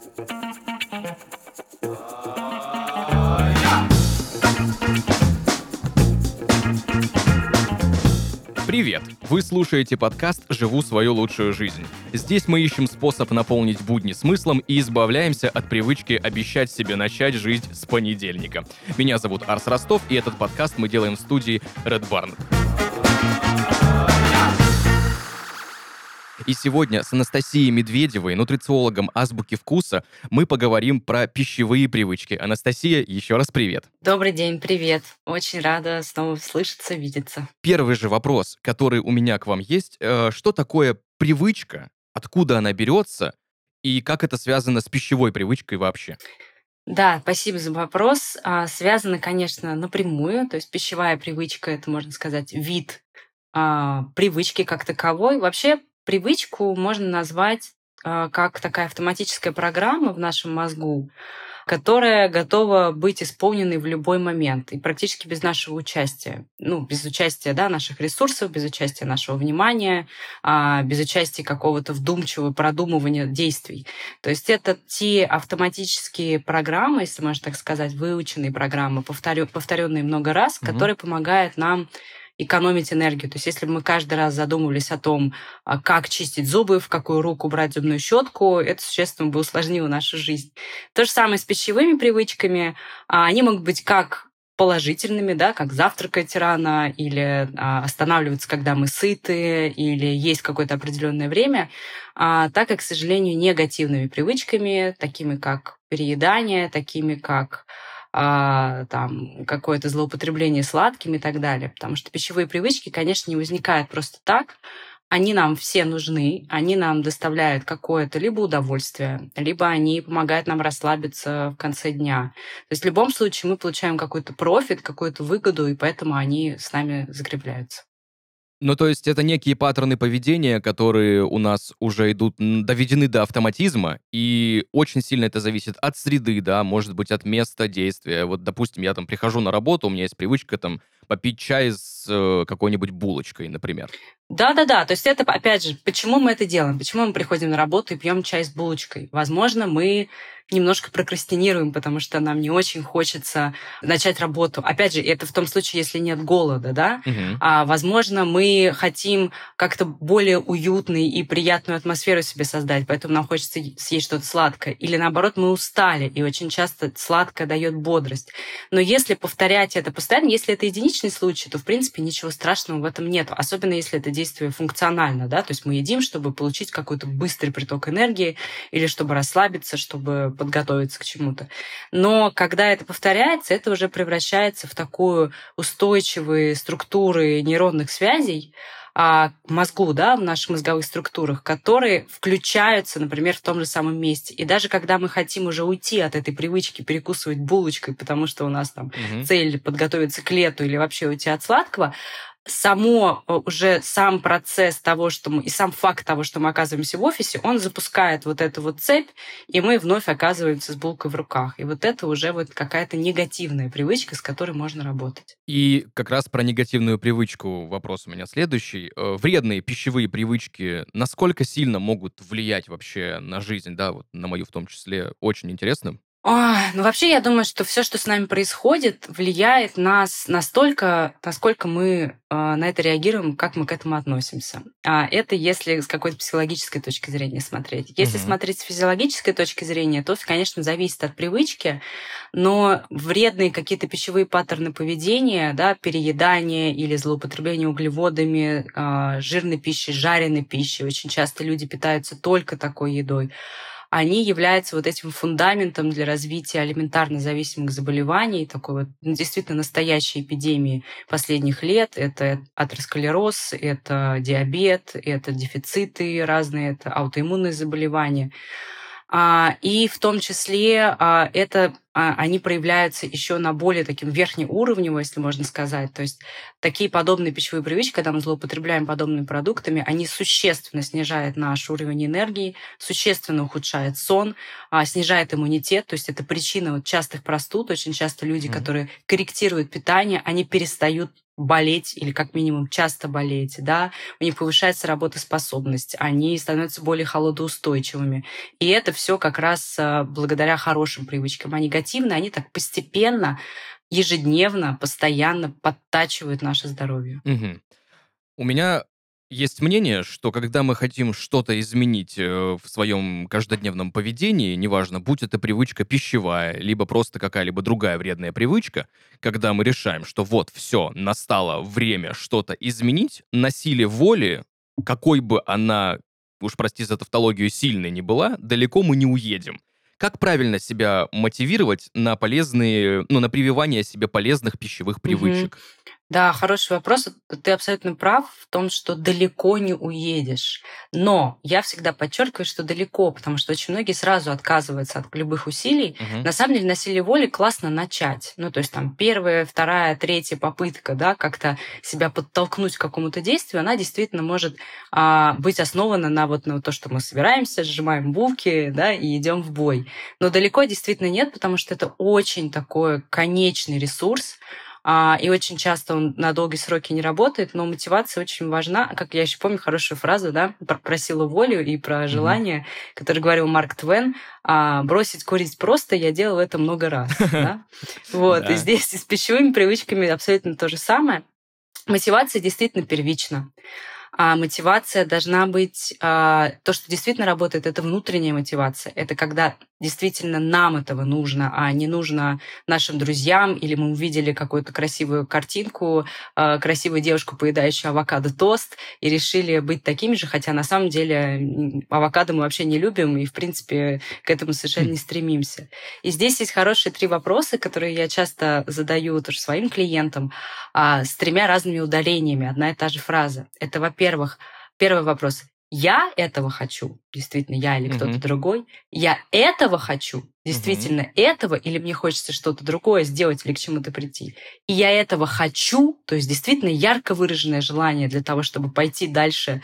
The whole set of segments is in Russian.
Привет! Вы слушаете подкаст «Живу свою лучшую жизнь». Здесь мы ищем способ наполнить будни смыслом и избавляемся от привычки обещать себе начать жизнь с понедельника. Меня зовут Арс Ростов, и этот подкаст мы делаем в студии Red Barn. И сегодня с Анастасией Медведевой, нутрициологом Азбуки Вкуса, мы поговорим про пищевые привычки. Анастасия, еще раз привет. Добрый день, привет. Очень рада снова слышаться, видеться. Первый же вопрос, который у меня к вам есть. Что такое привычка, откуда она берется и как это связано с пищевой привычкой вообще? Да, спасибо за вопрос. Связано, конечно, напрямую. То есть пищевая привычка — это, можно сказать, вид привычки как таковой. Вообще привычку можно назвать как такая автоматическая программа в нашем мозгу, которая готова быть исполненной в любой момент и практически без нашего участия. Без участия наших ресурсов, без участия нашего внимания, без участия какого-то вдумчивого продумывания действий. То есть это те автоматические программы, если можно так сказать, выученные программы, повторенные много раз, которые помогают нам экономить энергию. То есть если бы мы каждый раз задумывались о том, как чистить зубы, в какую руку брать зубную щетку, это существенно бы усложнило нашу жизнь. То же самое с пищевыми привычками. Они могут быть как положительными, как завтракать рано, или останавливаться, когда мы сыты, или есть какое-то определенное время, так и, к сожалению, негативными привычками, такими как переедание, такими как какое-то злоупотребление сладким и так далее. Потому что пищевые привычки, конечно, не возникают просто так. Они нам все нужны, они нам доставляют какое-то либо удовольствие, либо они помогают нам расслабиться в конце дня. То есть в любом случае мы получаем какой-то профит, какую-то выгоду, и поэтому они с нами закрепляются. То есть это некие паттерны поведения, которые у нас уже идут, доведены до автоматизма, и очень сильно это зависит от среды, может быть, от места действия. Вот, допустим, я прихожу на работу, у меня есть привычка попить чай с какой-нибудь булочкой, например. Да. То есть это, опять же, почему мы это делаем? Почему мы приходим на работу и пьем чай с булочкой? Возможно, мы немножко прокрастинируем, потому что нам не очень хочется начать работу. Опять же, это в том случае, если нет голода, возможно, мы хотим как-то более уютную и приятную атмосферу себе создать, поэтому нам хочется съесть что-то сладкое. Или наоборот, мы устали, и очень часто сладкое дает бодрость. Но если повторять это постоянно, если это единичный случай, то, в принципе, ничего страшного в этом нет. Особенно если это действие функционально, то есть мы едим, чтобы получить какой-то быстрый приток энергии или чтобы расслабиться, чтобы подготовиться к чему-то. Но когда это повторяется, это уже превращается в такую устойчивые структуры нейронных связей в мозгу, в наших мозговых структурах, которые включаются, например, в том же самом месте. И даже когда мы хотим уже уйти от этой привычки перекусывать булочкой, потому что у нас цель подготовиться к лету или вообще уйти от сладкого, сам процесс того, и сам факт того, что мы оказываемся в офисе, он запускает вот эту цепь, и мы вновь оказываемся с булкой в руках. И вот это уже какая-то негативная привычка, с которой можно работать. И как раз про негативную привычку вопрос у меня следующий. Вредные пищевые привычки насколько сильно могут влиять вообще на жизнь, на мою в том числе, очень интересно. Вообще, я думаю, что все, что с нами происходит, влияет нас настолько, насколько мы на это реагируем, как мы к этому относимся. Это если с какой-то психологической точки зрения смотреть. Если смотреть с физиологической точки зрения, то, конечно, зависит от привычки, но вредные какие-то пищевые паттерны поведения, переедание или злоупотребление углеводами, жирной пищей, жареной пищей, очень часто люди питаются только такой едой, они являются этим фундаментом для развития алиментарно зависимых заболеваний, такой действительно настоящей эпидемии последних лет. Это атеросклероз, это диабет, это дефициты разные, это аутоиммунные заболевания. И в том числе они проявляются еще на более таким верхнеуровневом, если можно сказать. То есть такие подобные пищевые привычки, когда мы злоупотребляем подобными продуктами, они существенно снижают наш уровень энергии, существенно ухудшают сон, снижает иммунитет. То есть это причина частых простуд. Очень часто люди, которые корректируют питание, они перестают болеть или как минимум часто болеть, да, у них повышается работоспособность, они становятся более холодоустойчивыми. И это все как раз благодаря хорошим привычкам. А негативные, они так постепенно, ежедневно, постоянно подтачивают наше здоровье. Мгм. У меня есть мнение, что когда мы хотим что-то изменить в своем каждодневном поведении, неважно, будь это привычка пищевая, либо просто какая-либо другая вредная привычка, когда мы решаем, что вот, все, настало время что-то изменить, на силе воли, какой бы она, уж прости за тавтологию, сильной не была, далеко мы не уедем. Как правильно себя мотивировать на полезные, ну, на прививание себе полезных пищевых Мгм. привычек? Да, хороший вопрос. Ты абсолютно прав в том, что далеко не уедешь. Но я всегда подчеркиваю, что далеко, потому что очень многие сразу отказываются от любых усилий. Мгм. На самом деле на силе воли классно начать. Ну, то есть там первая, вторая, третья попытка, да, как-то себя подтолкнуть к какому-то действию, она действительно может быть основана на то, что мы собираемся, сжимаем булки, да, и идем в бой. Но далеко действительно нет, потому что это очень такой конечный ресурс, и очень часто он на долгие сроки не работает, но мотивация очень важна. Как я еще помню хорошую фразу, да, про силу волю и про Мгм. желание, который говорил Марк Твен: бросить курить просто, я делал это много раз, да. Вот, и Да. здесь и с пищевыми привычками абсолютно то же самое. Мотивация действительно первична. А мотивация должна быть... то, что действительно работает, это внутренняя мотивация. Это когда действительно нам этого нужно, а не нужно нашим друзьям, или мы увидели какую-то красивую картинку, красивую девушку, поедающую авокадо-тост, и решили быть такими же, хотя на самом деле авокадо мы вообще не любим, и, в принципе, к этому совершенно Хм. не стремимся. И здесь есть хорошие 3 вопроса, которые я часто задаю тоже своим клиентам, с 3 разными ударениями. Одна и та же фраза. Это, во-первых, первый вопрос. Я этого хочу, действительно, я или кто-то Мгм. другой. Я этого хочу, Мгм. действительно этого, или мне хочется что-то другое сделать или к чему-то прийти. И я этого хочу, то есть действительно ярко выраженное желание для того, чтобы пойти дальше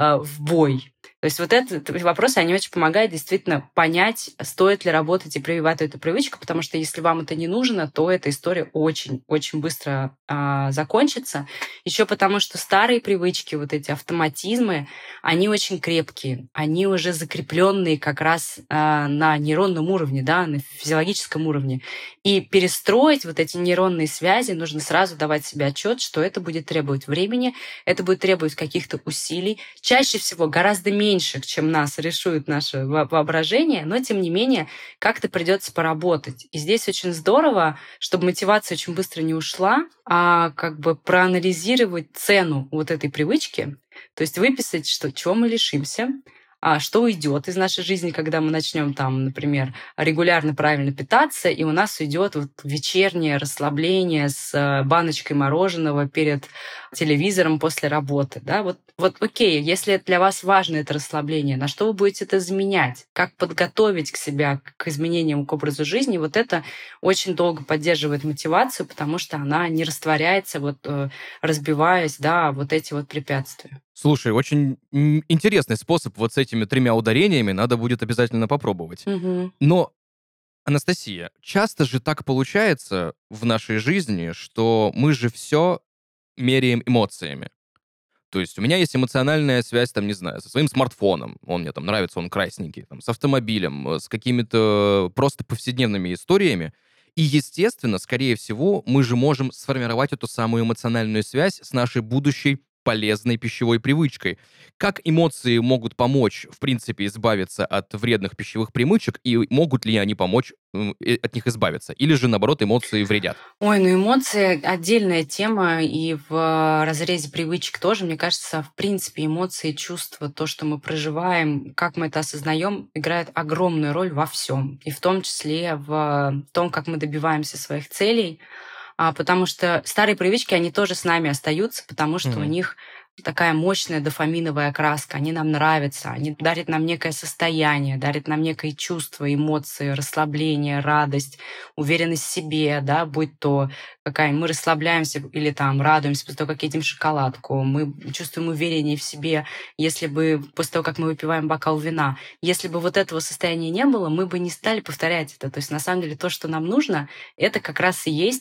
в бой. То есть вот этот вопросы, они очень помогают действительно понять, стоит ли работать и прививать эту привычку, потому что если вам это не нужно, то эта история очень-очень быстро закончится. Еще потому, что старые привычки, вот эти автоматизмы, они очень крепкие, они уже закрепленные как раз на нейронном уровне, да, на физиологическом уровне. И перестроить вот эти нейронные связи нужно сразу давать себе отчет, что это будет требовать времени, это будет требовать каких-то усилий, чаще всего гораздо меньших, чем нас рисует наше воображение, но тем не менее как-то придется поработать. И здесь очень здорово, чтобы мотивация очень быстро не ушла, а как бы проанализировать цену вот этой привычки, то есть выписать, что, чего мы лишимся, что уйдет из нашей жизни, когда мы начнем там, например, регулярно правильно питаться, и у нас уйдет вот вечернее расслабление с баночкой мороженого перед телевизором после работы. Да? Вот окей, если для вас важно это расслабление, на что вы будете это заменять? Как подготовить к себя к изменениям к образу жизни? Вот это очень долго поддерживает мотивацию, потому что она не растворяется, разбиваясь, да, вот эти вот препятствия. Слушай, очень интересный способ вот с этими 3 ударениями, надо будет обязательно попробовать. Мгм. Но, Анастасия, часто же так получается в нашей жизни, что мы же все меряем эмоциями. То есть у меня есть эмоциональная связь, там, не знаю, со своим смартфоном, он мне там нравится, он красненький, там, с автомобилем, с какими-то просто повседневными историями. И, естественно, скорее всего, мы же можем сформировать эту самую эмоциональную связь с нашей будущей полезной пищевой привычкой. Как эмоции могут помочь, в принципе, избавиться от вредных пищевых привычек, и могут ли они помочь от них избавиться? Или же, наоборот, эмоции вредят? Ой, ну эмоции отдельная тема, и в разрезе привычек тоже, мне кажется, в принципе, эмоции, чувства, то, что мы проживаем, как мы это осознаем, играет огромную роль во всем, и в том числе в том, как мы добиваемся своих целей, потому что старые привычки, они тоже с нами остаются, потому что у Мгм. них такая мощная дофаминовая окраска, они нам нравятся, они дарят нам некое состояние, дарят нам некое чувство, эмоции, расслабление, радость, уверенность в себе, да, будь то какая мы расслабляемся или там радуемся после того, как едим шоколадку, мы чувствуем увереннее в себе, если бы после того, как мы выпиваем бокал вина, если бы вот этого состояния не было, мы бы не стали повторять это. То есть на самом деле то, что нам нужно, это как раз и есть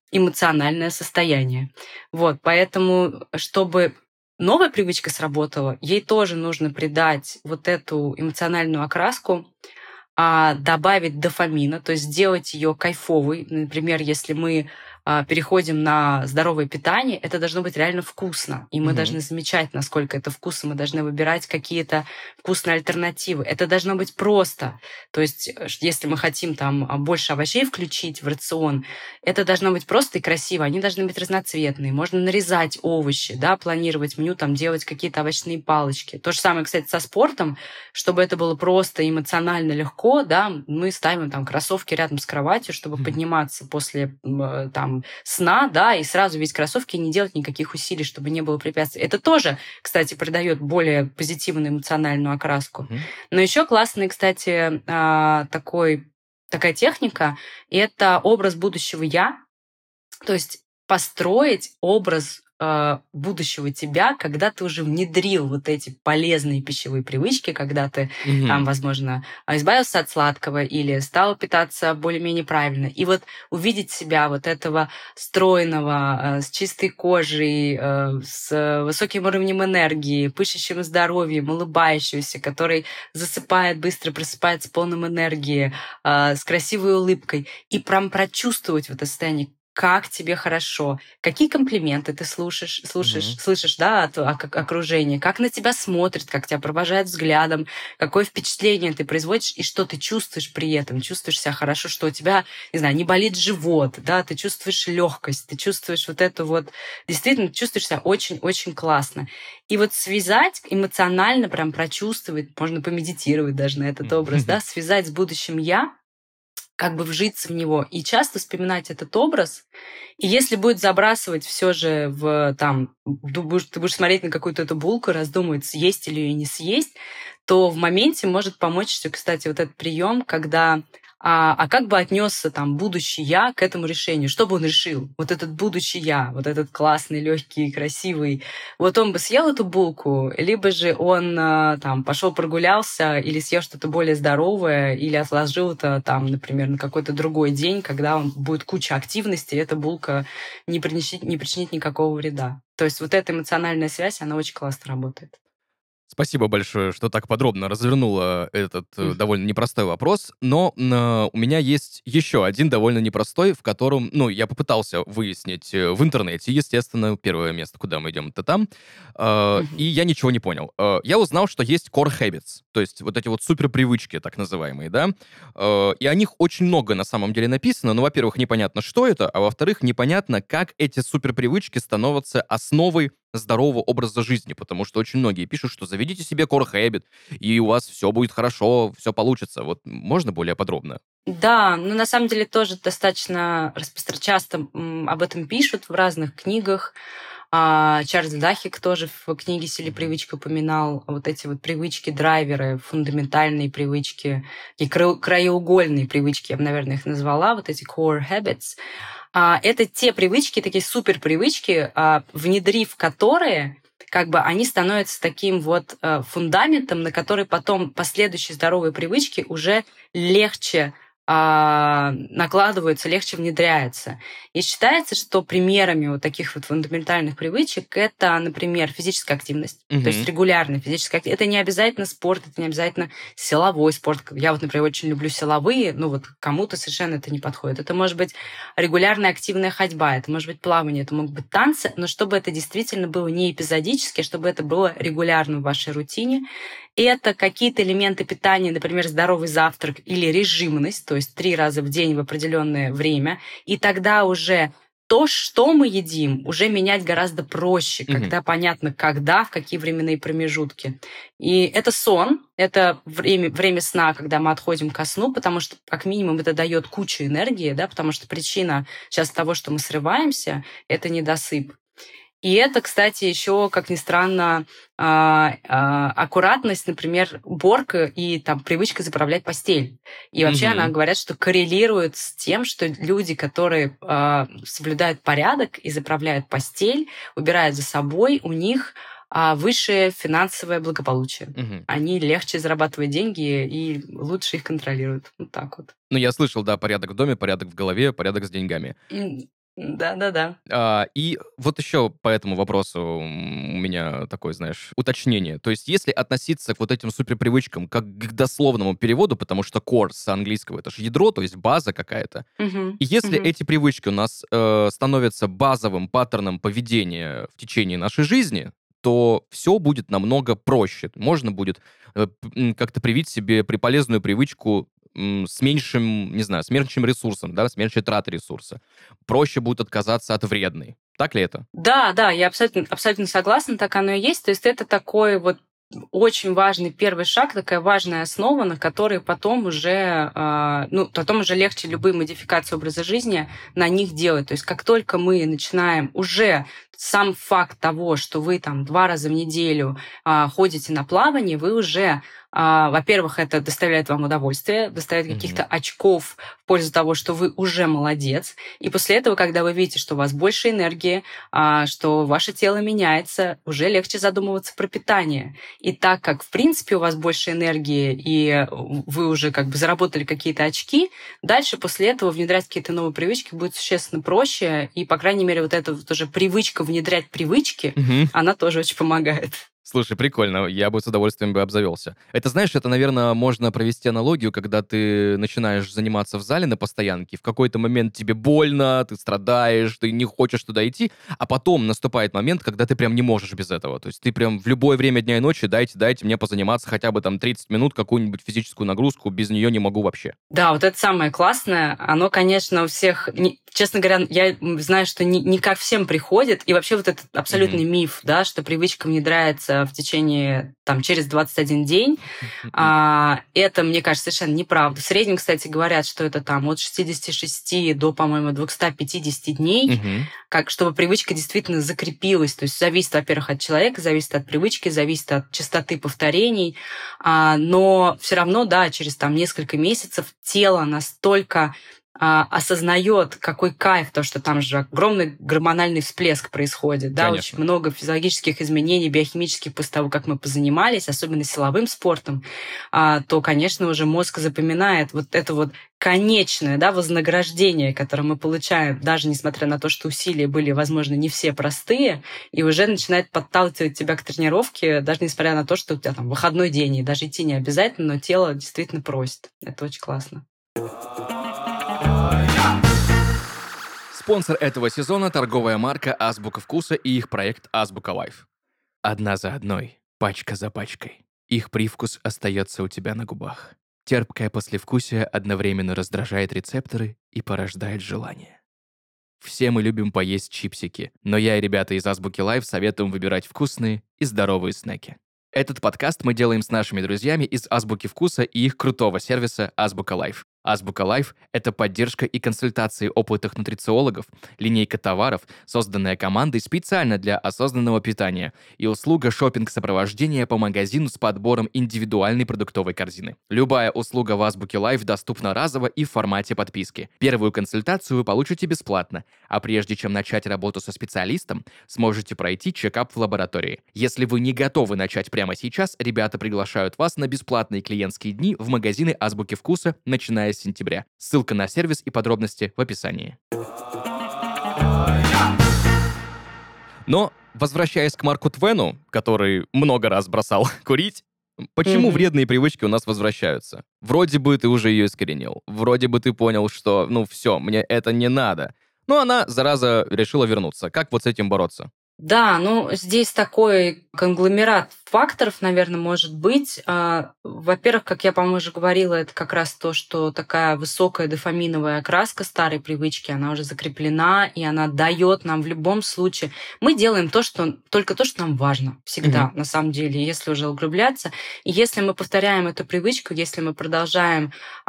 эмоциональное состояние. Вот, поэтому, чтобы новая привычка сработала, ей тоже нужно придать вот эту эмоциональную окраску, добавить дофамина, то есть сделать ее кайфовой. Например, если мы переходим на здоровое питание, это должно быть реально вкусно. И мы Мгм. должны замечать, насколько это вкусно. Мы должны выбирать какие-то вкусные альтернативы. Это должно быть просто. То есть, если мы хотим там больше овощей включить в рацион, это должно быть просто и красиво. Они должны быть разноцветные. Можно нарезать овощи, да, планировать меню, там делать какие-то овощные палочки. То же самое, кстати, со спортом. Чтобы это было просто эмоционально легко, да, мы ставим там кроссовки рядом с кроватью, чтобы Мгм. подниматься после там сна, да, и сразу видеть кроссовки и не делать никаких усилий, чтобы не было препятствий. Это тоже, кстати, придает более позитивную эмоциональную окраску. Мгм. Но еще классный, кстати, такая техника — это образ будущего «я». То есть построить образ будущего тебя, когда ты уже внедрил вот эти полезные пищевые привычки, когда ты там, Мгм. возможно, избавился от сладкого или стал питаться более-менее правильно. И вот увидеть себя вот этого стройного, с чистой кожей, с высоким уровнем энергии, пышущим здоровьем, улыбающегося, который засыпает быстро, просыпается полным энергии, с красивой улыбкой. И прям прочувствовать вот это состояние, как тебе хорошо, какие комплименты ты Мгм. слышишь, да, от окружения, как на тебя смотрят, как тебя провожают взглядом, какое впечатление ты производишь и что ты чувствуешь при этом. Чувствуешь себя хорошо, что у тебя, не знаю, не болит живот, да, ты чувствуешь легкость, ты чувствуешь вот эту вот, действительно чувствуешь себя очень-очень классно. И вот связать эмоционально, прям прочувствовать, можно помедитировать даже на этот образ, да, связать с будущим «я», как бы вжиться в него и часто вспоминать этот образ. И если будет забрасывать все же в там, ты будешь смотреть на какую-то эту булку и раздумывать, съесть или ее не съесть, то в моменте может помочь, кстати, вот этот прием, когда как бы отнесся там будущий я к этому решению, что бы он решил? Вот этот будущий я, вот этот классный, легкий, красивый, вот он бы съел эту булку, либо же он там пошел прогулялся или съел что-то более здоровое, или отложил это там, например, на какой-то другой день, когда он будет куча активности, и эта булка не причинит никакого вреда. То есть вот эта эмоциональная связь, она очень классно работает. Спасибо большое, что так подробно развернула этот довольно непростой вопрос. Но у меня есть еще один довольно непростой, в котором, ну, я попытался выяснить в интернете, естественно, первое место, куда мы идем, это там, и Мгм. я ничего не понял. Я узнал, что есть core habits, то есть вот эти вот суперпривычки, так называемые, да, и о них очень много на самом деле написано, но, во-первых, непонятно, что это, а во-вторых, непонятно, как эти суперпривычки становятся основой здорового образа жизни, потому что очень многие пишут, что заведите себе core habit, и у вас все будет хорошо, все получится. Вот можно более подробно? Да, ну на самом деле тоже достаточно часто об этом пишут в разных книгах. Чарльз Дахик тоже в книге «Сила Мгм. привычки» упоминал вот эти вот привычки, драйверы, фундаментальные привычки и краеугольные привычки, я бы, наверное, их назвала, вот эти core habits. Это те привычки, такие супер привычки, внедрив которые, как бы они становятся таким вот фундаментом, на который потом последующие здоровые привычки уже легче накладываются, легче внедряются. И считается, что примерами вот таких вот фундаментальных привычек это, например, физическая активность, то есть Мгм. регулярная физическая активность. Это не обязательно спорт, это не обязательно силовой спорт. Я вот, например, очень люблю силовые, ну вот кому-то совершенно это не подходит. Это может быть регулярная активная ходьба, это может быть плавание, это могут быть танцы, но чтобы это действительно было не эпизодически, чтобы это было регулярно в вашей рутине. И это какие-то элементы питания, например, здоровый завтрак или режимность, то есть 3 раза в день в определенное время. И тогда уже то, что мы едим, уже менять гораздо проще, Мгм. когда понятно, когда, в какие временные промежутки. И это сон, это время сна, когда мы отходим ко сну, потому что, как минимум, это дает кучу энергии, да, потому что причина сейчас того, что мы срываемся, это недосып. И это, кстати, еще, как ни странно, аккуратность, например, уборка и там привычка заправлять постель. И вообще она Мгм. говорят, что коррелирует с тем, что люди, которые соблюдают порядок и заправляют постель, убирают за собой, у них высшее финансовое благополучие. Мгм. Они легче зарабатывают деньги и лучше их контролируют. Вот так вот. Ну, я слышал, да, порядок в доме, порядок в голове, порядок с деньгами. Да-да-да. И вот еще по этому вопросу у меня такое, знаешь, уточнение. То есть если относиться к вот этим суперпривычкам как к дословному переводу, потому что core с английского это же ядро, то есть база какая-то, Мгм. и если Мгм. эти привычки у нас становятся базовым паттерном поведения в течение нашей жизни, то все будет намного проще. Можно будет как-то привить себе приполезную привычку с меньшим, не знаю, с меньшим ресурсом, да, с меньшей тратой ресурса. Проще будет отказаться от вредной. Так ли это? Да, да, я абсолютно согласна, так оно и есть. То есть это такой вот очень важный первый шаг, такая важная основа, на которой потом уже, потом уже легче любые модификации образа жизни на них делать. То есть как только мы начинаем уже сам факт того, что вы там 2 раза в неделю ходите на плавание, вы уже, во-первых, это доставляет вам удовольствие, доставляет каких-то Мгм. очков в пользу того, что вы уже молодец. И после этого, когда вы видите, что у вас больше энергии, что ваше тело меняется, уже легче задумываться про питание. И так как, в принципе, у вас больше энергии, и вы уже как бы заработали какие-то очки, дальше после этого внедрять какие-то новые привычки будет существенно проще. И, по крайней мере, вот эта вот уже привычка внедрять привычки, Мгм. она тоже очень помогает. Слушай, прикольно, я бы с удовольствием бы обзавелся. Это, знаешь, это, наверное, можно провести аналогию, когда ты начинаешь заниматься в зале на постоянке, в какой-то момент тебе больно, ты страдаешь, ты не хочешь туда идти, а потом наступает момент, когда ты прям не можешь без этого. То есть ты прям в любое время дня и ночи дайте мне позаниматься хотя бы там 30 минут, какую-нибудь физическую нагрузку, без нее не могу вообще. Да, вот это самое классное. Оно, конечно, у всех... Честно говоря, я знаю, что не ко всем приходит. И вообще вот этот абсолютный Мгм. миф, да, что привычка внедряется в течение, там, через 21 день. Мгм. Это, мне кажется, совершенно неправда. В среднем, кстати, говорят, что это там от 66 до, по-моему, 250 дней, Мгм. как, чтобы привычка действительно закрепилась. То есть зависит, во-первых, от человека, зависит от привычки, зависит от частоты повторений. Но все равно, да, через там несколько месяцев тело настолько осознает, какой кайф, то, что там же огромный гормональный всплеск происходит, да, очень Конечно. много физиологических изменений, биохимических после того, как мы позанимались, особенно силовым спортом, то, конечно, уже мозг запоминает вот это вот конечное, да, вознаграждение, которое мы получаем, даже несмотря на то, что усилия были, возможно, не все простые, и уже начинает подталкивать тебя к тренировке, даже несмотря на то, что у тебя там выходной день, и даже идти не обязательно, но тело действительно просит. Это очень классно. Спонсор этого сезона — торговая марка «Азбука вкуса» и их проект «Азбука Лайф». Одна за одной, пачка за пачкой. Их привкус остается у тебя на губах. Терпкое послевкусие одновременно раздражает рецепторы и порождает желание. Все мы любим поесть чипсики, но я и ребята из Азбуки Лайф советуем выбирать вкусные и здоровые снеки. Этот подкаст мы делаем с нашими друзьями из Азбуки Вкуса и их крутого сервиса Азбука Лайф. Азбука Лайф — это поддержка и консультации опытных нутрициологов, линейка товаров, созданная командой специально для осознанного питания, и услуга шопинг-сопровождения по магазину с подбором индивидуальной продуктовой корзины. Любая услуга в Азбуке Лайф доступна разово и в формате подписки. Первую консультацию вы получите бесплатно, а прежде чем начать работу со специалистом, сможете пройти чекап в лаборатории. Если вы не готовы начать прямо сейчас, ребята приглашают вас на бесплатные клиентские дни в магазины Азбуки Вкуса, начиная с сентября. Ссылка на сервис и подробности в описании. Но, возвращаясь к Марку Твену, который много раз бросал курить, почему Мгм. вредные привычки у нас возвращаются? Вроде бы ты уже ее искоренил. Вроде бы ты понял, что, все, мне это не надо. Но она, зараза, решила вернуться. Как вот с этим бороться? Да, ну здесь такой конгломерат факторов, наверное, может быть. Во-первых, как я, по-моему, уже говорила, это как раз то, что такая высокая дофаминовая окраска старой привычки, она уже закреплена, и она дает нам в любом случае. Мы делаем только то, что нам важно всегда, Мгм. на самом деле, если углубляться. И если мы повторяем эту привычку, если мы продолжаем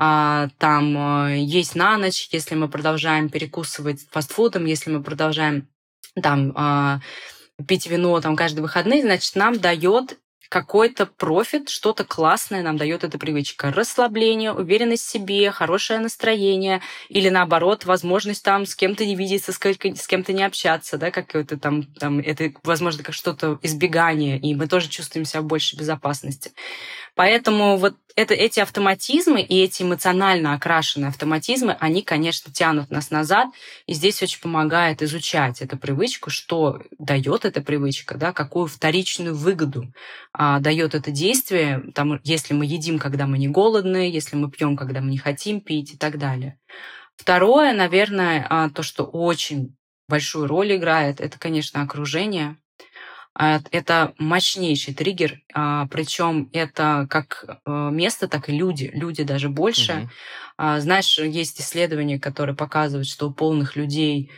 есть на ночь, если мы продолжаем перекусывать фастфудом, если мы продолжаем там пить вино там каждые выходные, значит, нам дает какой-то профит, что-то классное нам дает эта привычка. Расслабление, уверенность в себе, хорошее настроение или, наоборот, возможность там с кем-то не видеться, с кем-то не общаться, да, какое-то там это, возможно, как что-то избегание, и мы тоже чувствуем себя в большей безопасности. Поэтому вот эти автоматизмы и эти эмоционально окрашенные автоматизмы, они, конечно, тянут нас назад, и здесь очень помогает изучать эту привычку, что дает эта привычка, да, какую вторичную выгоду дает это действие, там, если мы едим, когда мы не голодны, если мы пьем, когда мы не хотим пить и так далее. Второе, наверное, то, что очень большую роль играет, это, конечно, окружение. Это мощнейший триггер, причем это как место, так и люди. Люди даже больше. Знаешь, есть исследования, которые показывают, что у полных людей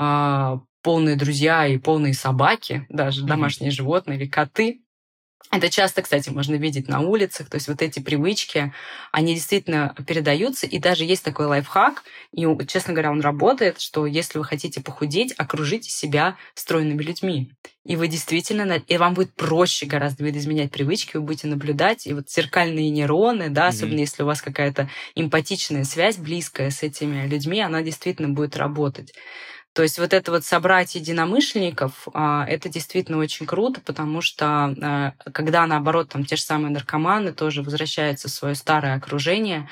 полные друзья и полные собаки, даже домашние животные или коты. Это часто, кстати, можно видеть на улицах. То есть вот эти привычки, они действительно передаются. И даже есть такой лайфхак, и, честно говоря, он работает, что если вы хотите похудеть, окружите себя стройными людьми. И вы действительно, и вам будет проще гораздо видоизменять привычки, вы будете наблюдать, и вот зеркальные нейроны, да, особенно если у вас какая-то эмпатичная связь близкая с этими людьми, она действительно будет работать. То есть вот это вот собрать единомышленников, это действительно очень круто, потому что когда, наоборот, там те же самые наркоманы тоже возвращаются в свое старое окружение,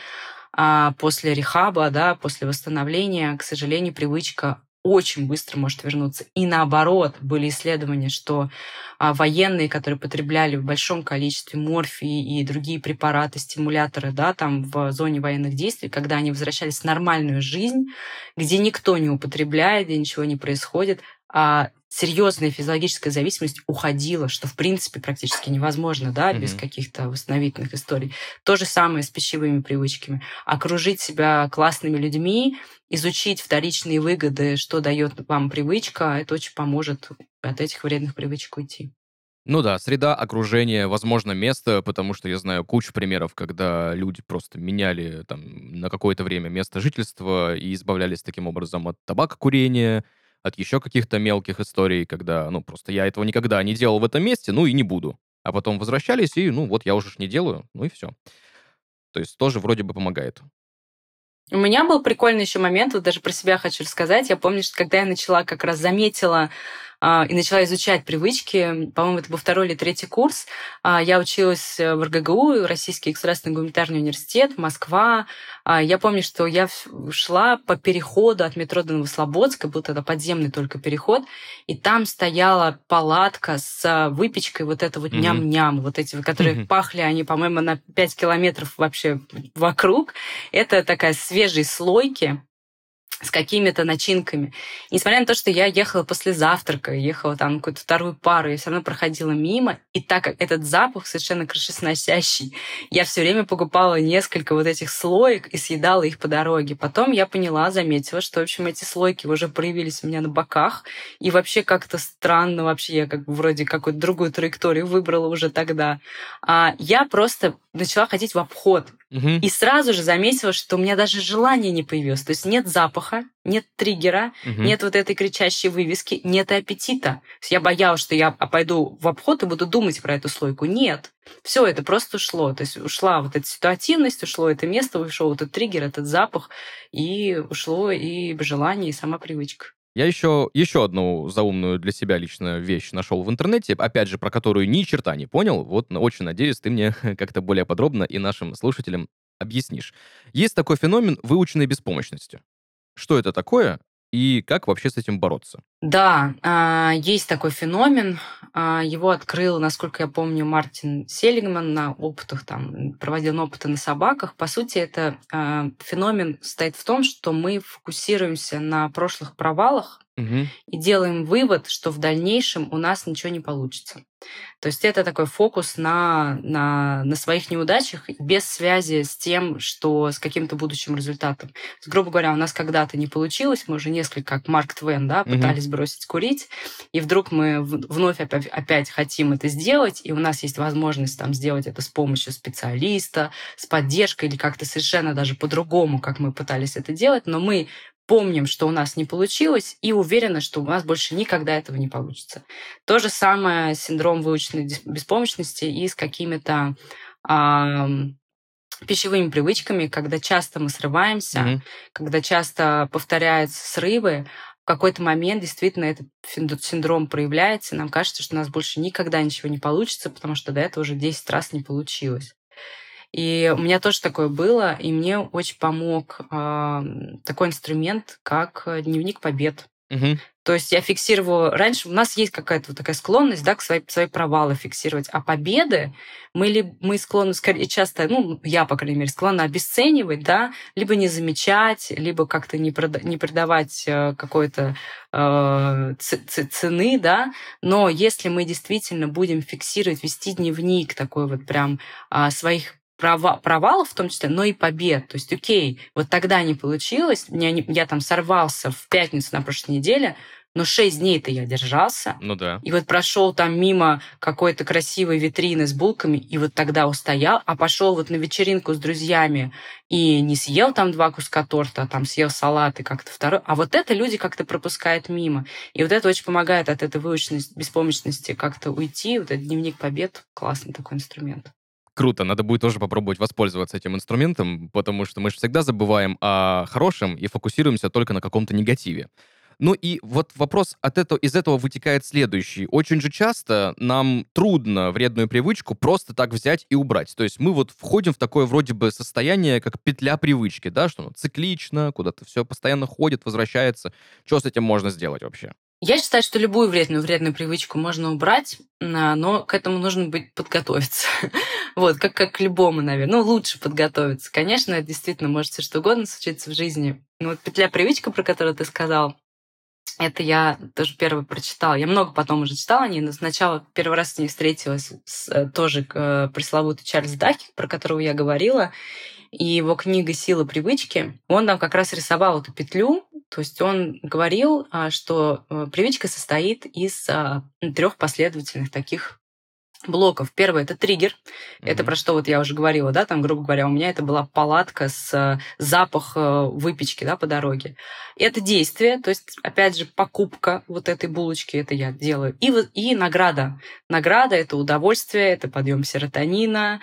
после рехаба, да, после восстановления, к сожалению, привычка очень быстро может вернуться. И наоборот, были исследования, что военные, которые потребляли в большом количестве морфии и другие препараты, стимуляторы, да, там в зоне военных действий, когда они возвращались в нормальную жизнь, где никто не употребляет, где ничего не происходит, серьезная физиологическая зависимость уходила, что в принципе практически невозможно, да, без каких-то восстановительных историй. То же самое с пищевыми привычками. Окружить себя классными людьми, изучить вторичные выгоды, что дает вам привычка, это очень поможет от этих вредных привычек уйти. Ну да, среда, окружение, возможно, место, потому что я знаю кучу примеров, когда люди просто меняли там на какое-то время место жительства и избавлялись таким образом от табакокурения, от еще каких-то мелких историй, когда, ну, просто я этого никогда не делал в этом месте, ну и не буду. А потом возвращались, и, ну, вот я уже ж не делаю, ну и все. То есть тоже вроде бы помогает. У меня был прикольный еще момент, вот даже про себя хочу рассказать. Я помню, что когда я начала, как раз заметила и начала изучать привычки, по-моему, это был 2-й или 3-й курс, я училась в РГГУ, Российский государственный гуманитарный университет, Москва. Я помню, что я шла по переходу от метро до Новослободска, был тогда подземный только переход, и там стояла палатка с выпечкой вот это вот ням-ням, вот эти, которые пахли, они, по-моему, на 5 километров вообще вокруг. Это такая свежие слойки с какими-то начинками. И несмотря на то, что я ехала после завтрака, ехала там на какую-то вторую пару, я все равно проходила мимо, и так как этот запах совершенно крышесносящий, я все время покупала несколько вот этих слоек и съедала их по дороге. Потом я поняла, заметила, что, в общем, эти слойки уже проявились у меня на боках, и вообще как-то странно, вообще я как бы вроде какую-то другую траекторию выбрала уже тогда. Я просто начала ходить в обход. И сразу же заметила, что у меня даже желания не появилось. То есть нет запаха, нет триггера, нет вот этой кричащей вывески, нет и аппетита. То есть я боялась, что я пойду в обход и буду думать про эту слойку. Нет. Все это просто ушло. То есть ушла вот эта ситуативность, ушло это место, ушел этот триггер, этот запах, и ушло и желание, и сама привычка. Я еще одну заумную для себя лично вещь нашел в интернете, опять же, про которую ни черта не понял. Вот очень надеюсь, ты мне как-то более подробно и нашим слушателям объяснишь. Есть такой феномен выученной беспомощности. Что это такое и как вообще с этим бороться? Да, есть такой феномен. Его открыл, насколько я помню, Мартин Селигман на опытах, там, проводил опыты на собаках. По сути, это феномен состоит в том, что мы фокусируемся на прошлых провалах и делаем вывод, что в дальнейшем у нас ничего не получится. То есть это такой фокус на своих неудачах без связи с тем, что с каким-то будущим результатом. То есть, грубо говоря, у нас когда-то не получилось, мы уже несколько, как Марк Твен, да, пытались бросить курить, и вдруг мы вновь опять хотим это сделать, и у нас есть возможность там сделать это с помощью специалиста, с поддержкой или как-то совершенно даже по-другому, как мы пытались это делать, но мы помним, что у нас не получилось, и уверены, что у нас больше никогда этого не получится. То же самое синдром выученной беспомощности и с какими-то пищевыми привычками, когда часто мы срываемся, когда часто повторяются срывы, в какой-то момент действительно этот синдром проявляется, и нам кажется, что у нас больше никогда ничего не получится, потому что до этого уже 10 раз не получилось. И у меня тоже такое было, и мне очень помог такой инструмент, как дневник побед. То есть я фиксировала... Раньше у нас есть какая-то вот такая склонность, да, к свои провалы фиксировать, а победы мы склонны скорее часто, я, по крайней мере, склонна обесценивать, да, либо не замечать, либо как-то не придавать какой-то цены, да, но если мы действительно будем фиксировать, вести дневник такой вот прям своих провалов в том числе, но и побед. То есть, окей, вот тогда не получилось, я там сорвался в пятницу на прошлой неделе, но 6 дней-то я держался. Ну да. И вот прошел там мимо какой-то красивой витрины с булками, и вот тогда устоял, а пошел вот на вечеринку с друзьями и не съел там 2 куска торта, а там съел салат и как-то второй. А вот это люди как-то пропускают мимо. И вот это очень помогает от этой выученности, беспомощности как-то уйти. Вот этот дневник побед — классный такой инструмент. Круто, надо будет тоже попробовать воспользоваться этим инструментом, потому что мы же всегда забываем о хорошем и фокусируемся только на каком-то негативе. Ну и вот вопрос из этого вытекает следующий. Очень же часто нам трудно вредную привычку просто так взять и убрать. То есть мы вот входим в такое вроде бы состояние, как петля привычки, да, что циклично, куда-то все постоянно ходит, возвращается. Что с этим можно сделать вообще? Я считаю, что любую вредную привычку можно убрать, но к этому нужно подготовиться. Вот, как к любому, наверное. Лучше подготовиться. Конечно, это действительно может все что угодно случиться в жизни. Но вот петля привычка, про которую ты сказал, это я тоже первый прочитала. Я много потом уже читала о ней, но сначала первый раз с ней встретилась тоже пресловутый Чарльз Дахи, про которого я говорила. И его книга «Сила привычки», он там как раз рисовал эту петлю. То есть он говорил, что привычка состоит из 3 последовательных таких блоков. Первый — это триггер. Это про что вот я уже говорила, да, там, грубо говоря, у меня это была палатка с запах выпечки, да, по дороге. Это действие, то есть, опять же, покупка вот этой булочки, это я делаю. И награда. Награда — это удовольствие, это подъем серотонина,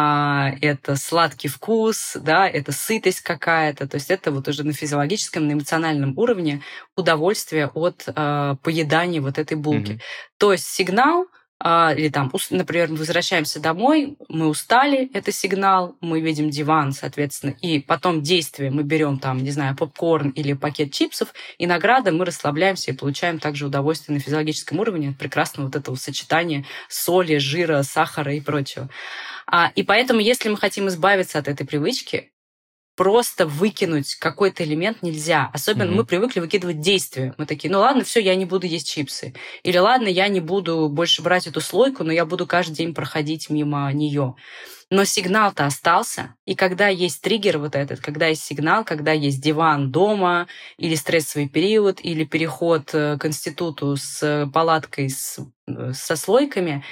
это сладкий вкус, да, это сытость какая-то. То есть это вот уже на физиологическом, на эмоциональном уровне удовольствие от поедания вот этой булки. То есть сигнал, или там, например, мы возвращаемся домой, мы устали, это сигнал, мы видим диван, соответственно, и потом действие, мы берем там, не знаю, попкорн или пакет чипсов, и награда, мы расслабляемся и получаем также удовольствие на физиологическом уровне от прекрасного вот этого сочетания соли, жира, сахара и прочего. И поэтому, если мы хотим избавиться от этой привычки, просто выкинуть какой-то элемент нельзя. Особенно мы привыкли выкидывать действия. Мы такие, ладно, все, я не буду есть чипсы. Или ладно, я не буду больше брать эту слойку, но я буду каждый день проходить мимо нее. Но сигнал-то остался. И когда есть триггер вот этот, когда есть сигнал, когда есть диван дома, или стрессовый период, или переход к институту с палаткой со слойками,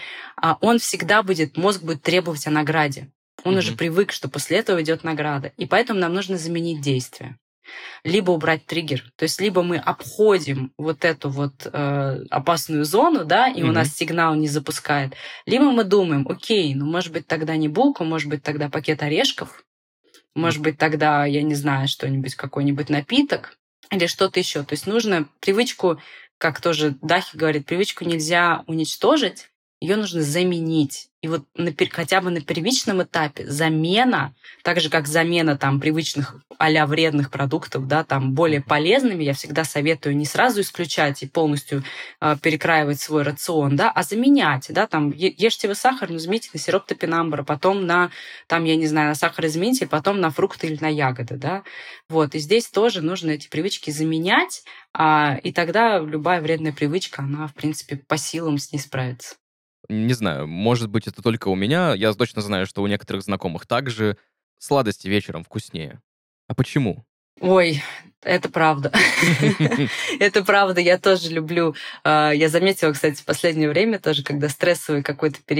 мозг будет требовать о награде. Он уже привык, что после этого идет награда. И поэтому нам нужно заменить действие. Либо убрать триггер. То есть либо мы обходим вот эту вот опасную зону, да, и у нас сигнал не запускает. Либо мы думаем, окей, может быть, тогда не булку, может быть, тогда пакет орешков, может быть, тогда, я не знаю, что-нибудь, какой-нибудь напиток или что-то еще. То есть нужно привычку, как тоже Дахи говорит, привычку нельзя уничтожить, ее нужно заменить. И вот хотя бы на первичном этапе замена, так же как замена там привычных а-ля вредных продуктов, да, там более полезными, я всегда советую не сразу исключать и полностью перекраивать свой рацион, да, а заменять, да, там ешьте вы сахар, но замените на сироп топинамбура, потом на, там, я не знаю, на сахарозаменитель, потом на фрукты или на ягоды, да. Вот, и здесь тоже нужно эти привычки заменять, и тогда любая вредная привычка, она, в принципе, по силам с ней справится. Не знаю, может быть, это только у меня. Я точно знаю, что у некоторых знакомых также сладости вечером вкуснее. А почему? Ой, это правда. Это правда, я тоже люблю. Я заметила, кстати, в последнее время тоже, когда стрессовый какой-то период,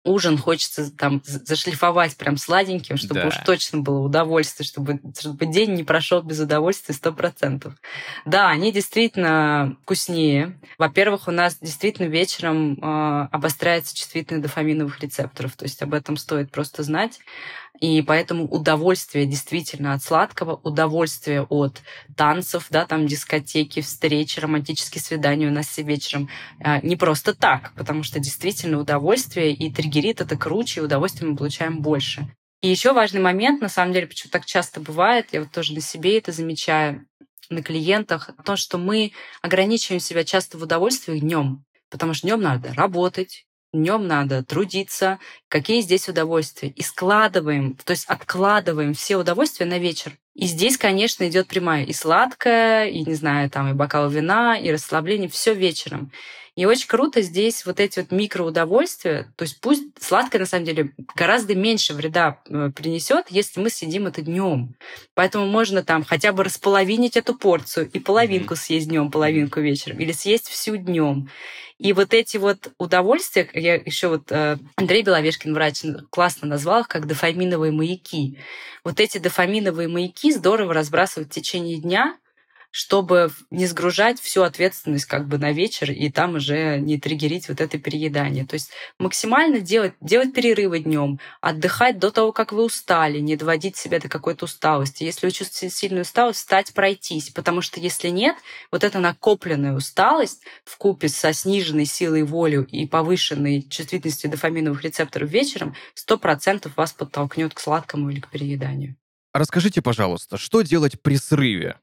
ужин хочется там зашлифовать прям сладеньким, чтобы уж Да. точно было удовольствие, чтобы день не прошел без удовольствия 100%. Да, они действительно вкуснее. Во-первых, у нас действительно вечером обостряется чувствительность дофаминовых рецепторов, то есть об этом стоит просто знать. И поэтому удовольствие действительно от сладкого, удовольствие от танцев, да, там дискотеки, встречи, романтические свидания у нас все вечером не просто так, потому что действительно удовольствие и триггерит это круче, и удовольствие мы получаем больше. И еще важный момент, на самом деле, почему так часто бывает, я вот тоже на себе это замечаю, на клиентах, то, что мы ограничиваем себя часто в удовольствии днем, потому что днем надо работать, днем надо трудиться, какие здесь удовольствия. И складываем, то есть откладываем все удовольствия на вечер. И здесь, конечно, идет прямая и сладкое, и, не знаю, там и бокал вина, и расслабление, все вечером. И очень круто здесь вот эти вот микроудовольствия, то есть пусть сладкое, на самом деле, гораздо меньше вреда принесет, если мы съедим это днем. Поэтому можно там хотя бы располовинить эту порцию и половинку съесть днем, половинку вечером, или съесть всю днем. И вот эти вот удовольствия, я еще вот Андрей Беловешкин, врач, классно назвал их как дофаминовые маяки. Вот эти дофаминовые маяки здорово разбрасывать в течение дня, чтобы не сгружать всю ответственность как бы на вечер и там уже не триггерить вот это переедание. То есть максимально делать перерывы днем, отдыхать до того, как вы устали, не доводить себя до какой-то усталости. Если вы чувствуете сильную усталость, встать, пройтись. Потому что если нет, вот эта накопленная усталость вкупе со сниженной силой воли и повышенной чувствительностью дофаминовых рецепторов вечером 100% вас подтолкнет к сладкому или к перееданию. Расскажите, пожалуйста, что делать при срыве?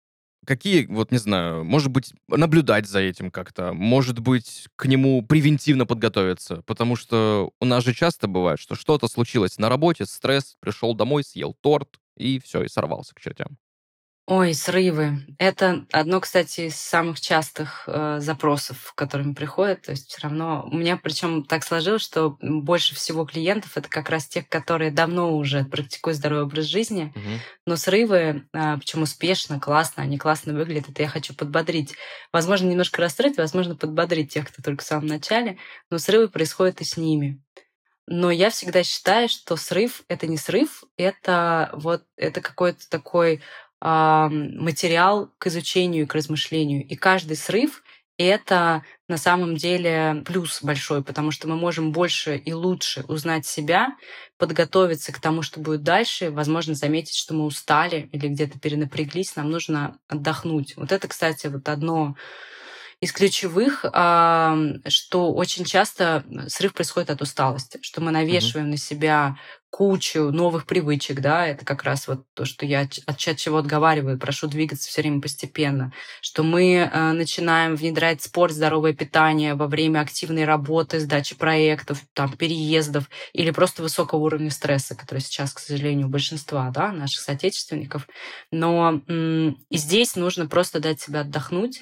Какие, вот не знаю, может быть, наблюдать за этим как-то, может быть, к нему превентивно подготовиться, потому что у нас же часто бывает, что что-то случилось на работе, стресс, пришел домой, съел торт, и все, и сорвался к чертям. Ой, срывы. Это одно, кстати, из самых частых запросов, которыми приходят. То есть все равно у меня причем так сложилось, что больше всего клиентов это как раз тех, которые давно уже практикуют здоровый образ жизни, Мгм. но срывы, причем успешно, классно, они классно выглядят. Это я хочу подбодрить. Возможно, немножко расстроить, возможно, подбодрить тех, кто только в самом начале, но срывы происходят и с ними. Но я всегда считаю, что срыв это не срыв, это какой-то такой материал к изучению и к размышлению. И каждый срыв это на самом деле плюс большой, потому что мы можем больше и лучше узнать себя, подготовиться к тому, что будет дальше, возможно, заметить, что мы устали или где-то перенапряглись, нам нужно отдохнуть. Вот это, кстати, вот одно из ключевых, что очень часто срыв происходит от усталости, что мы Мгм. навешиваем на себя кучу новых привычек, да, это как раз вот то, что я от чего отговариваю, прошу двигаться все время постепенно, что мы начинаем внедрять спорт, здоровое питание во время активной работы, сдачи проектов, там, переездов или просто высокого уровня стресса, который сейчас, к сожалению, у большинства, да, наших соотечественников. Но и здесь нужно просто дать себе отдохнуть,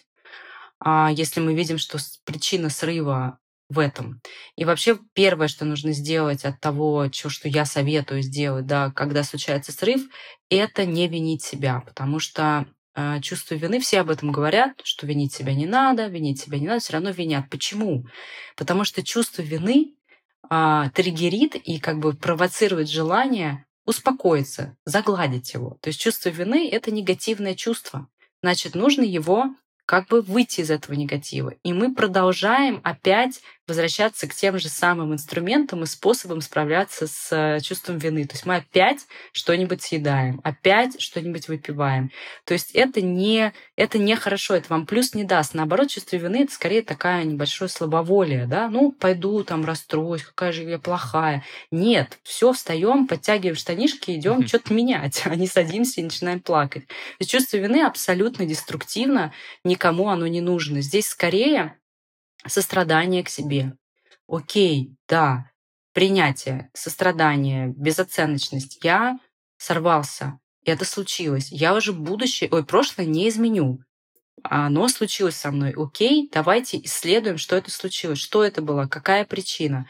если мы видим, что причина срыва в этом. И вообще первое, что нужно сделать от того, что я советую сделать, да, когда случается срыв, это не винить себя, потому что чувство вины, все об этом говорят, что винить себя не надо, все равно винят. Почему? Потому что чувство вины триггерит и как бы провоцирует желание успокоиться, загладить его. То есть чувство вины — это негативное чувство. Значит, нужно его как бы выйти из этого негатива. И мы продолжаем опять возвращаться к тем же самым инструментам и способам справляться с чувством вины. То есть мы опять что-нибудь съедаем, опять что-нибудь выпиваем. То есть это не хорошо, это вам плюс не даст. Наоборот, чувство вины — это скорее такая небольшое слабоволие. Да? Ну, пойду там расстроюсь, какая же я плохая. Нет, все, встаем, подтягиваем штанишки, идем что-то менять, а не садимся и начинаем плакать. То есть чувство вины абсолютно деструктивно, никому оно не нужно. Здесь скорее сострадание к себе. Окей, да, принятие, сострадание, безоценочность. Я сорвался, это случилось. Я уже прошлое не изменю. Оно случилось со мной. Окей, давайте исследуем, что это случилось, что это было, какая причина.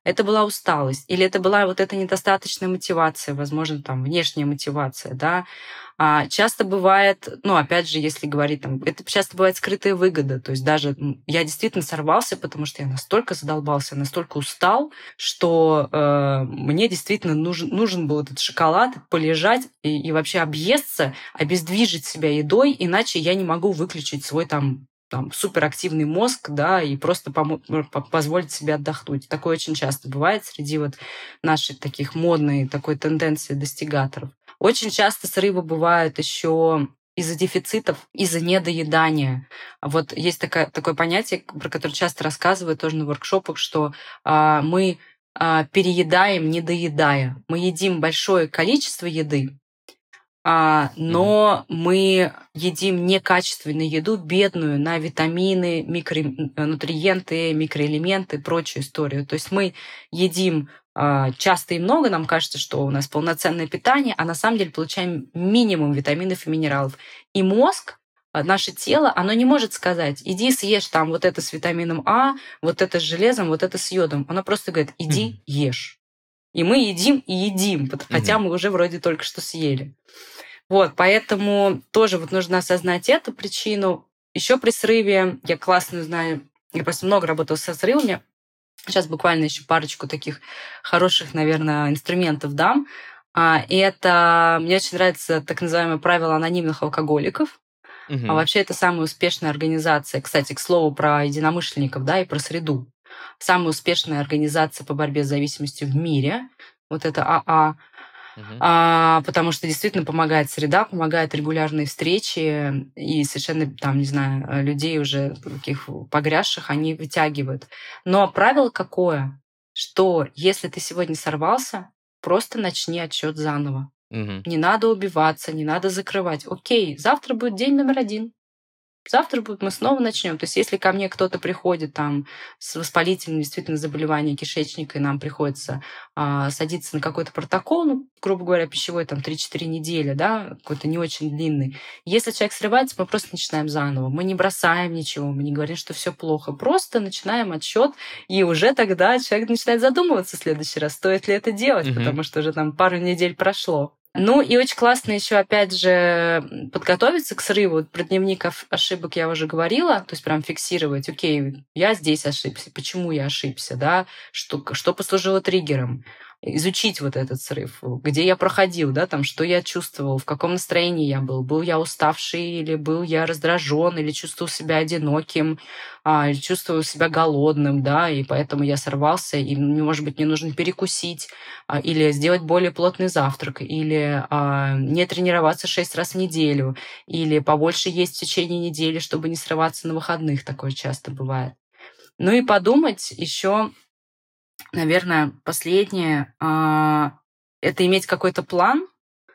это была усталость, или это была вот эта недостаточная мотивация, возможно, там, внешняя мотивация, да. Часто бывает, ну, опять же, если говорить там, это часто бывает скрытая выгода, то есть даже я действительно сорвался, потому что я настолько задолбался, настолько устал, что мне действительно нужен был этот шоколад, полежать и вообще объесться, обездвижить себя едой, иначе я не могу выключить свой там суперактивный мозг, да, и просто позволить себе отдохнуть. Такое очень часто бывает среди вот нашей таких модной такой тенденции достигаторов. Очень часто срывы бывают еще из-за дефицитов, из-за недоедания. Вот есть такое понятие, про которое часто рассказывают тоже на воркшопах, что мы переедаем, не доедая. Мы едим большое количество еды, но мы едим некачественную еду, бедную на витамины, микронутриенты, микроэлементы, прочую историю. То есть мы едим часто и много, нам кажется, что у нас полноценное питание, а на самом деле получаем минимум витаминов и минералов. И мозг, наше тело, оно не может сказать: иди съешь там вот это с витамином А, вот это с железом, вот это с йодом. Оно просто говорит: иди ешь. И мы едим и едим, хотя мы уже вроде только что съели. Вот, поэтому тоже вот нужно осознать эту причину. Еще при срыве, я классно знаю, я просто много работала со срывами, сейчас буквально еще парочку таких хороших, наверное, инструментов дам. Это, мне очень нравится так называемое правило анонимных алкоголиков. А вообще это самая успешная организация, кстати, к слову, про единомышленников, да, и про среду. Самая успешная организация по борьбе с зависимостью в мире. Вот это АА. Потому что действительно помогает среда, помогают регулярные встречи, и совершенно, там, не знаю, людей уже таких погрязших они вытягивают. Но правило какое? Что если ты сегодня сорвался, просто начни отсчет заново. Не надо убиваться, не надо закрывать. Окей, завтра будет день номер 1. Завтра мы снова начнем. То есть если ко мне кто-то приходит там с воспалительным действительно заболеванием кишечника, и нам приходится садиться на какой-то протокол, ну, грубо говоря, пищевой, там 3-4 недели, да, какой-то не очень длинный. Если человек срывается, мы просто начинаем заново. Мы не бросаем ничего, мы не говорим, что все плохо. Просто начинаем отсчет, и уже тогда человек начинает задумываться в следующий раз, стоит ли это делать, потому что уже там пару недель прошло. Ну и очень классно еще, опять же, подготовиться к срыву. Про дневник ошибок я уже говорила, то есть прям фиксировать: окей, я здесь ошибся, почему я ошибся, да, что послужило триггером. Изучить вот этот срыв, где я проходил, да, там, что я чувствовал, в каком настроении я был я уставший, или был я раздражен, или чувствовал себя одиноким, или чувствовал себя голодным, да, и поэтому я сорвался, и, может быть, мне нужно перекусить, или сделать более плотный завтрак, или не тренироваться 6 раз в неделю, или побольше есть в течение недели, чтобы не срываться на выходных, такое часто бывает. Ну и подумать еще. Наверное, последнее это иметь какой-то план,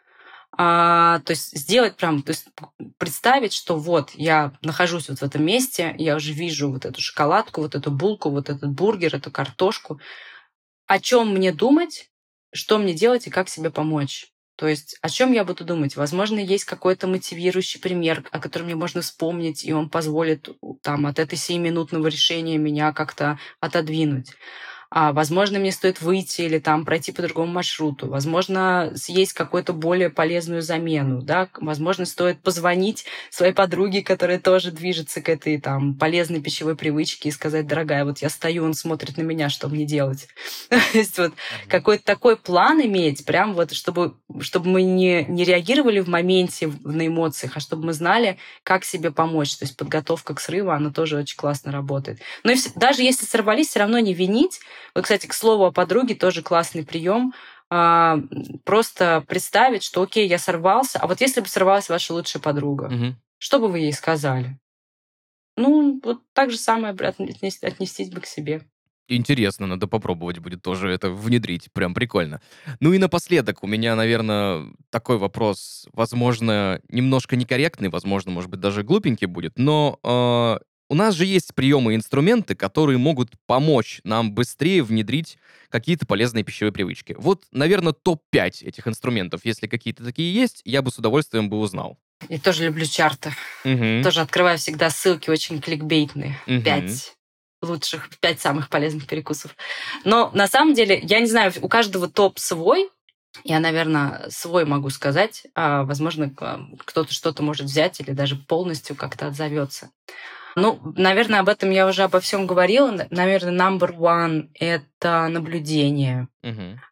то есть сделать прям, то есть представить, что вот я нахожусь вот в этом месте, я уже вижу вот эту шоколадку, вот эту булку, вот этот бургер, эту картошку. О чем мне думать, что мне делать и как себе помочь? То есть о чем я буду думать? Возможно, есть какой-то мотивирующий пример, о котором мне можно вспомнить, и он позволит там, от этой 7-минутного решения меня как-то отодвинуть. Возможно, мне стоит выйти или там пройти по другому маршруту. Возможно, съесть какую-то более полезную замену. Да? Возможно, стоит позвонить своей подруге, которая тоже движется к этой там полезной пищевой привычке, и сказать: дорогая, вот я стою, он смотрит на меня, что мне делать? То есть вот какой-то такой план иметь, прям вот, чтобы мы не реагировали в моменте на эмоциях, а чтобы мы знали, как себе помочь. То есть подготовка к срыву, она тоже очень классно работает. Но даже если сорвались, все равно не винить. Вот, кстати, к слову о подруге, тоже классный прием. Просто представить, что окей, я сорвался, а вот если бы сорвалась ваша лучшая подруга, что бы вы ей сказали? Ну, вот так же самое отнестись бы к себе. Интересно, надо попробовать будет тоже это внедрить. Прям прикольно. Ну и напоследок у меня, наверное, такой вопрос, возможно, немножко некорректный, возможно, может быть, даже глупенький будет, но у нас же есть приемы и инструменты, которые могут помочь нам быстрее внедрить какие-то полезные пищевые привычки. Вот, наверное, топ-5 этих инструментов, если какие-то такие есть, я бы с удовольствием бы узнал. Я тоже люблю чарты. Тоже открываю всегда ссылки очень кликбейтные. 5. лучших, 5 самых полезных перекусов. Но на самом деле, я не знаю, у каждого топ свой. Я, наверное, свой могу сказать. Возможно, кто-то что-то может взять или даже полностью как-то отзовется. Ну, наверное, об этом я уже обо всем говорила. Наверное, number one — это наблюдение. Мгм.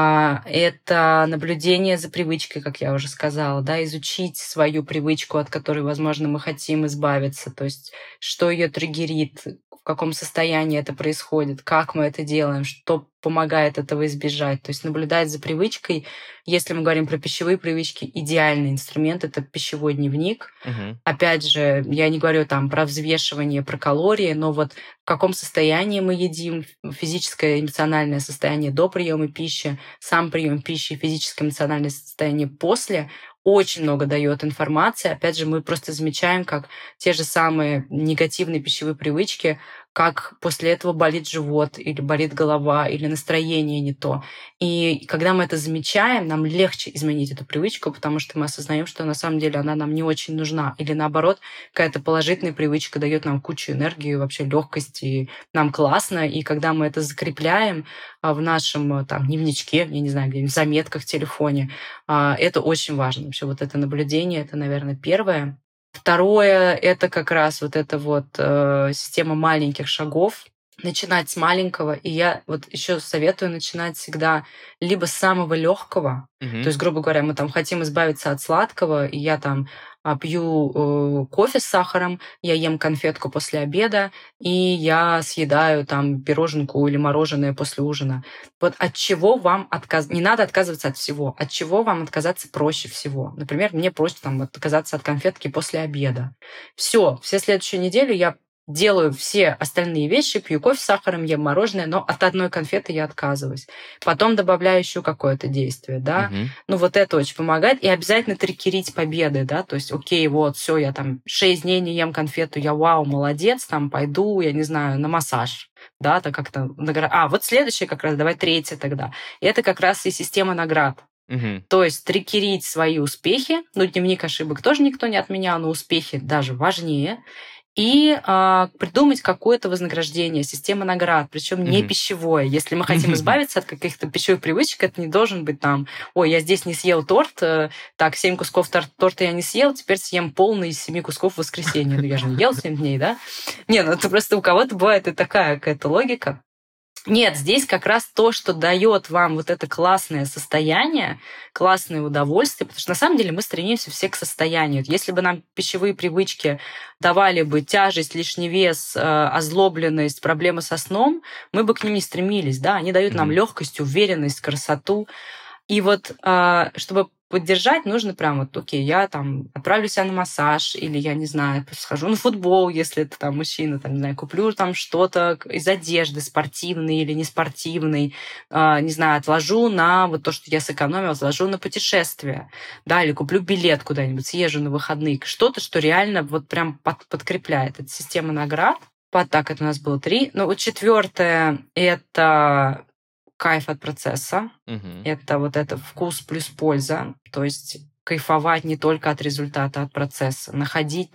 Это наблюдение за привычкой, как я уже сказала, да, изучить свою привычку, от которой, возможно, мы хотим избавиться, то есть что ее триггерит, в каком состоянии это происходит, как мы это делаем, что помогает этого избежать. То есть наблюдать за привычкой. Если мы говорим про пищевые привычки, идеальный инструмент — это пищевой дневник. Мгм. Опять же, я не говорю там про взвешивание, про калории, но вот в каком состоянии мы едим, физическое, эмоциональное состояние до приема пищи, сам прием пищи, физическое, эмоциональное состояние после очень много дает информации. Опять же, мы просто замечаем, как те же самые негативные пищевые привычки, как после этого болит живот, или болит голова, или настроение не то. И когда мы это замечаем, нам легче изменить эту привычку, потому что мы осознаем, что на самом деле она нам не очень нужна. Или наоборот, какая-то положительная привычка дает нам кучу энергии, вообще легкости, и нам классно. И когда мы это закрепляем в нашем там, дневничке, я не знаю, где-нибудь в заметках в телефоне, это очень важно. Вообще вот это наблюдение — это, наверное, первое. Второе — это как раз вот эта вот система маленьких шагов. Начинать с маленького. И я вот еще советую начинать всегда либо с самого легкого. То Мгм. есть, грубо говоря, мы там хотим избавиться от сладкого, и я там пью кофе с сахаром, я ем конфетку после обеда, и я съедаю там пироженку или мороженое после ужина. Вот от чего вам отказываться? Не надо отказываться от всего. От чего вам отказаться проще всего? Например, мне проще там отказаться от конфетки после обеда. Все следующую неделю я делаю все остальные вещи, пью кофе с сахаром, ем мороженое, но от одной конфеты я отказываюсь. Потом добавляю еще какое-то действие, да. Мгм. Ну, вот это очень помогает. И обязательно трекерить победы, да. То есть, окей, вот, все, я там 6 дней не ем конфету, я вау, молодец, там пойду, я не знаю, на массаж. Да, так как-то вот следующее как раз, давай третье тогда. И это как раз и система наград. Мгм. То есть трекерить свои успехи, ну, дневник ошибок тоже никто не отменял, но успехи даже важнее, и придумать какое-то вознаграждение, система наград, причем не Мгм. пищевое. Если мы хотим избавиться от каких-то пищевых привычек, это не должен быть там, ой, я здесь не съел торт, так, 7 кусков торта я не съел, теперь съем полный из 7 кусков в воскресенье. Ну, я же не ел 7 дней, да? Не, ну это просто у кого-то бывает и такая какая-то логика. Нет, здесь как раз то, что дает вам вот это классное состояние, классное удовольствие, потому что на самом деле мы стремимся все к состоянию. Если бы нам пищевые привычки давали бы тяжесть, лишний вес, озлобленность, проблемы со сном, мы бы к ним не стремились, да, они дают нам Мгм. легкость, уверенность, красоту. И вот, чтобы поддержать, нужно прям вот, окей, я там отправлю себя на массаж, или я не знаю, схожу на футбол, если это там мужчина, там, не знаю, куплю там что-то из одежды, спортивной или не спортивной, не знаю, отложу на вот то, что я сэкономила, отложу на путешествие, да, или куплю билет куда-нибудь, съезжу на выходные, что-то, что реально вот прям подкрепляет. Это система наград. Так, это у нас было 3. Ну, вот 4 — это кайф от процесса. Мгм. Это вот это вкус плюс польза. То есть кайфовать не только от результата, а от процесса. Находить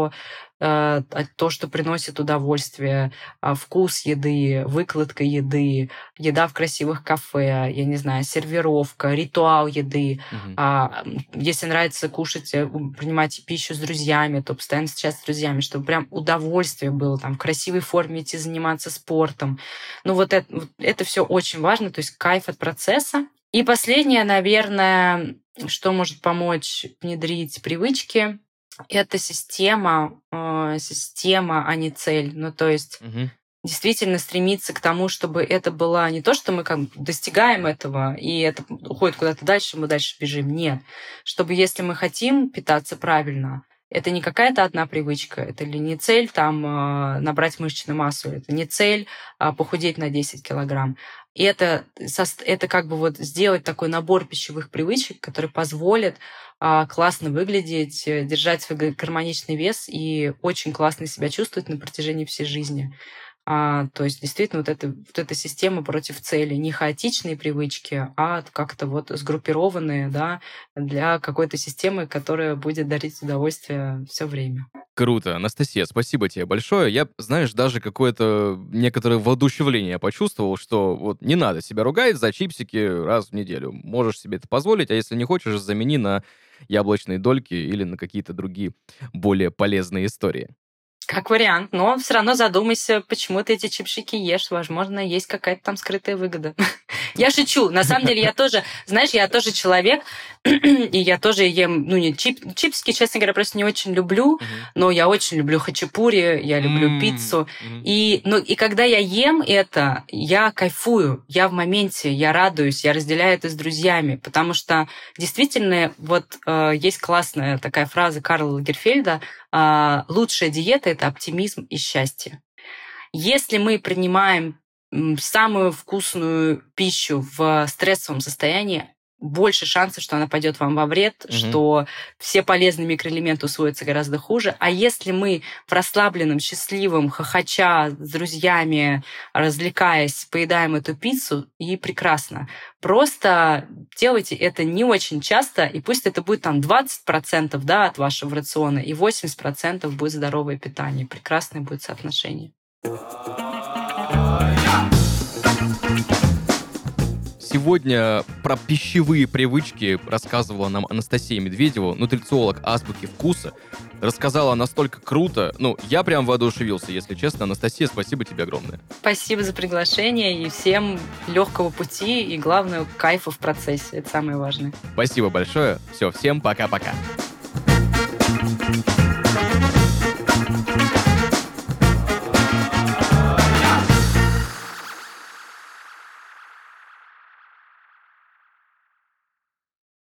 то, что приносит удовольствие, вкус еды, выкладка еды, еда в красивых кафе, я не знаю, сервировка, ритуал еды. Мгм. Если нравится кушать, принимать пищу с друзьями, то постоянно встречаться с друзьями, чтобы прям удовольствие было, там, в красивой форме идти заниматься спортом. Ну, вот это все очень важно, то есть кайф от процесса. И последнее, наверное, что может помочь внедрить привычки, это система, а не цель. Ну, то есть Мгм. действительно стремиться к тому, чтобы это было не то, что мы как бы достигаем этого, и это уходит куда-то дальше, мы дальше бежим. Нет. Чтобы если мы хотим питаться правильно, это не какая-то одна привычка, это ли не цель там набрать мышечную массу, это не цель похудеть на 10 килограмм. И это как бы вот сделать такой набор пищевых привычек, который позволит классно выглядеть, держать свой гармоничный вес и очень классно себя чувствовать на протяжении всей жизни. То есть действительно вот эта система против цели. Не хаотичные привычки, а как-то вот сгруппированные, да, для какой-то системы, которая будет дарить удовольствие все время. Круто. Анастасия, спасибо тебе большое. Я, знаешь, даже какое-то некоторое воодушевление почувствовал, что вот не надо себя ругать за чипсики раз в неделю. Можешь себе это позволить, а если не хочешь, замени на яблочные дольки или на какие-то другие более полезные истории. Как вариант, но все равно задумайся, почему ты эти чипсики ешь. Возможно, есть какая-то там скрытая выгода. Я шучу. На самом деле, я тоже, знаешь, я тоже человек, и я тоже ем, ну, не чипсики, честно говоря, просто не очень люблю, но я очень люблю хачапури, я люблю пиццу. И когда я ем это, я кайфую, я в моменте, я радуюсь, я разделяю это с друзьями, потому что действительно вот есть классная такая фраза Карла Лагерфельда: лучшая диета — это оптимизм и счастье. Если мы принимаем самую вкусную пищу в стрессовом состоянии, больше шансов, что она пойдет вам во вред, что все полезные микроэлементы усвоятся гораздо хуже. А если мы в расслабленном, счастливом, хохоча с друзьями, развлекаясь, поедаем эту пиццу, и прекрасно. Просто делайте это не очень часто, и пусть это будет там 20%, да, от вашего рациона, и 80% будет здоровое питание. Прекрасное будет соотношение. Сегодня про пищевые привычки рассказывала нам Анастасия Медведева, нутрициолог азбуки вкуса. Рассказала настолько круто. Ну, я прям воодушевился, если честно. Анастасия, спасибо тебе огромное. Спасибо за приглашение, и всем легкого пути, и, главное, кайфа в процессе. Это самое важное. Спасибо большое. Все, всем пока-пока.